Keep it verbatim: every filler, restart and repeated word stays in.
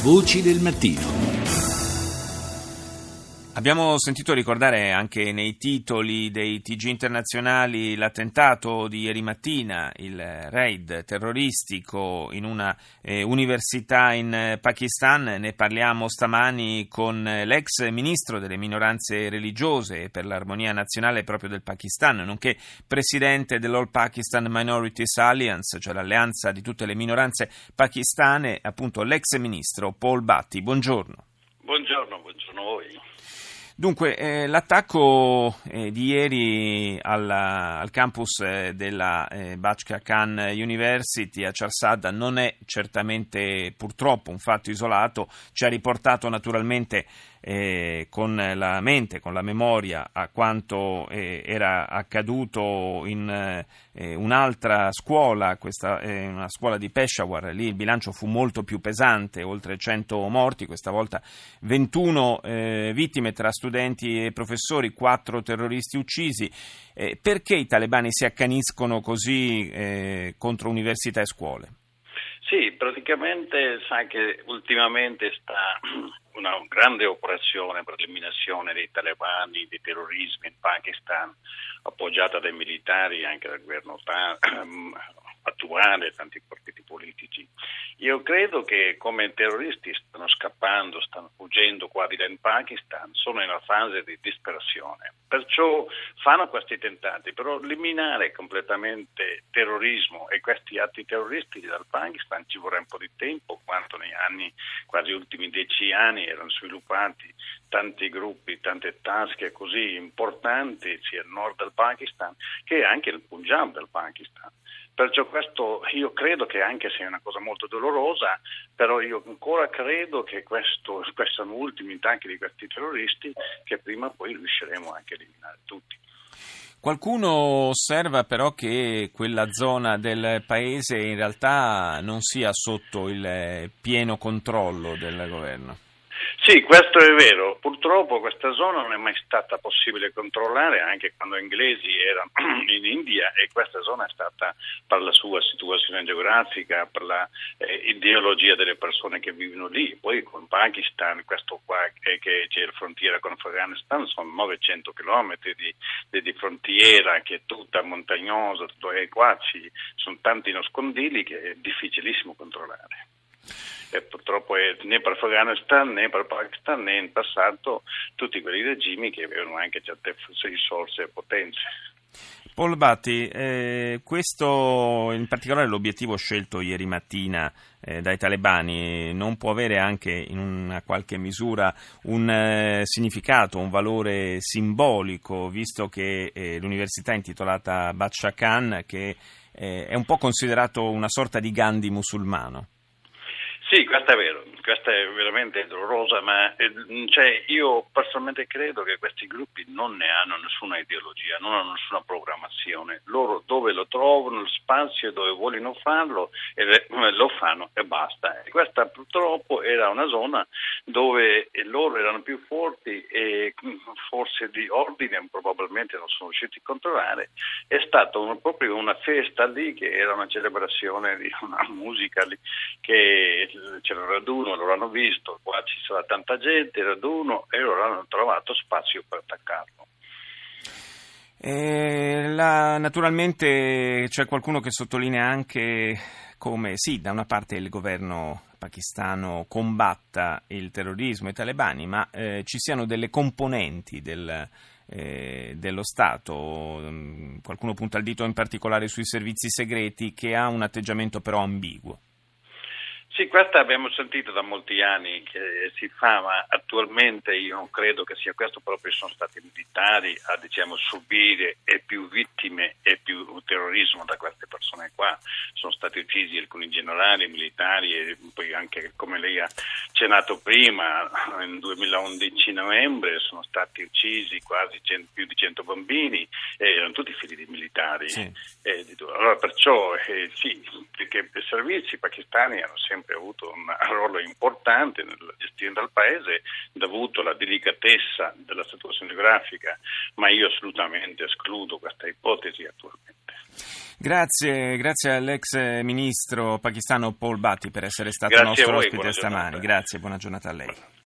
Voci del mattino. Abbiamo sentito ricordare anche nei titoli dei T G internazionali l'attentato di ieri mattina, il raid terroristico in una eh, università in Pakistan. Ne parliamo stamani con l'ex ministro delle minoranze religiose e per l'armonia nazionale proprio del Pakistan, nonché presidente dell'All Pakistan Minorities Alliance, cioè l'alleanza di tutte le minoranze pakistane, appunto l'ex ministro Paul Bhatti. Buongiorno. Buongiorno, buongiorno a voi. Dunque, eh, l'attacco eh, di ieri alla, al campus eh, della eh, Bachcha Khan University a Charsada non è certamente purtroppo un fatto isolato, ci ha riportato naturalmente eh, con la mente, con la memoria a quanto eh, era accaduto in eh, un'altra scuola, questa è una scuola di Peshawar. Lì il bilancio fu molto più pesante, oltre cento morti, questa volta ventuno eh, vittime tra studenti e professori, quattro terroristi uccisi. Eh, perché i talebani si accaniscono così eh, contro università e scuole? Sì, praticamente sa che ultimamente sta una grande operazione per l'eliminazione dei talebani, di terrorismo in Pakistan, appoggiata dai militari e anche dal governo attuale, tanti partiti politici. Io credo che come terroristi stanno scappando, stanno fuggendo qua di là in Pakistan, sono in una fase di disperazione. Perciò fanno questi tentati, però eliminare completamente terrorismo e questi atti terroristici dal Pakistan ci vorrà un po' di tempo, quanto negli anni, quasi ultimi dieci anni, erano sviluppati tanti gruppi, tante tasche così importanti sia al nord del Pakistan che anche nel Punjab del Pakistan. Perciò questo io credo che, anche se è una cosa molto dolorosa, però io ancora credo che questo, questi sono ultimi attacchi di questi terroristi che prima o poi riusciremo anche a eliminare tutti. Qualcuno osserva però che quella zona del paese in realtà non sia sotto il pieno controllo del governo. Sì, questo è vero. Purtroppo questa zona non è mai stata possibile controllare, anche quando gli inglesi erano in India, e questa zona è stata, per la sua situazione geografica, per la eh, ideologia delle persone che vivono lì. Poi con Pakistan, questo qua è che c'è la frontiera con l'Afghanistan, sono novecento chilometri di, di, di frontiera, che è tutta montagnosa, tutto, e qua ci sono tanti nascondigli che è difficilissimo controllare. E purtroppo è, né per l'Afghanistan né per il Pakistan né in passato tutti quei regimi che avevano anche certe risorse e potenze. Paul Bhatti, eh, questo in particolare l'obiettivo scelto ieri mattina eh, dai talebani non può avere anche in una qualche misura un eh, significato, un valore simbolico, visto che eh, l'università è intitolata Bachcha Khan, che eh, è un po' considerato una sorta di Gandhi musulmano? Sì, questo è vero, questa è veramente dolorosa, ma cioè, io personalmente credo che questi gruppi non ne hanno nessuna ideologia, non hanno nessuna programmazione. Loro dove lo trovano, lo spazio dove vogliono farlo, e lo fanno e basta. E questa purtroppo era una zona dove loro erano più forti e forse di ordine probabilmente non sono riusciti a controllare. È stata una, proprio una festa lì, che era una celebrazione di una musica lì, che c'era un raduno, lo hanno visto, qua ci sarà tanta gente, raduno, e loro hanno trovato spazio per attaccarlo. Eh, la, naturalmente c'è qualcuno che sottolinea anche come sì, da una parte il governo pakistano combatta il terrorismo e i talebani, ma eh, ci siano delle componenti del Eh, dello Stato, qualcuno punta il dito in particolare sui servizi segreti, che ha un atteggiamento però ambiguo. Sì, questo abbiamo sentito da molti anni che si fa, ma attualmente io non credo che sia questo, proprio sono stati militari a diciamo subire e più vittime e più terrorismo da queste persone qua. Sono stati uccisi alcuni generali militari e poi anche, come lei ha accennato prima, nel duemilaundici novembre sono stati uccisi quasi cento, più di cento bambini, e erano tutti figli di militari. Sì. E, allora perciò eh, sì, perché i servizi pakistani hanno sempre avuto un ruolo importante nella gestione del paese, dovuto alla delicatezza della situazione geografica, ma io assolutamente escludo questa ipotesi attualmente. Grazie, grazie all'ex ministro pakistano Paul Bhatti per essere stato Grazie nostro a voi, ospite buona stamani. giornata. Grazie, buona giornata a lei.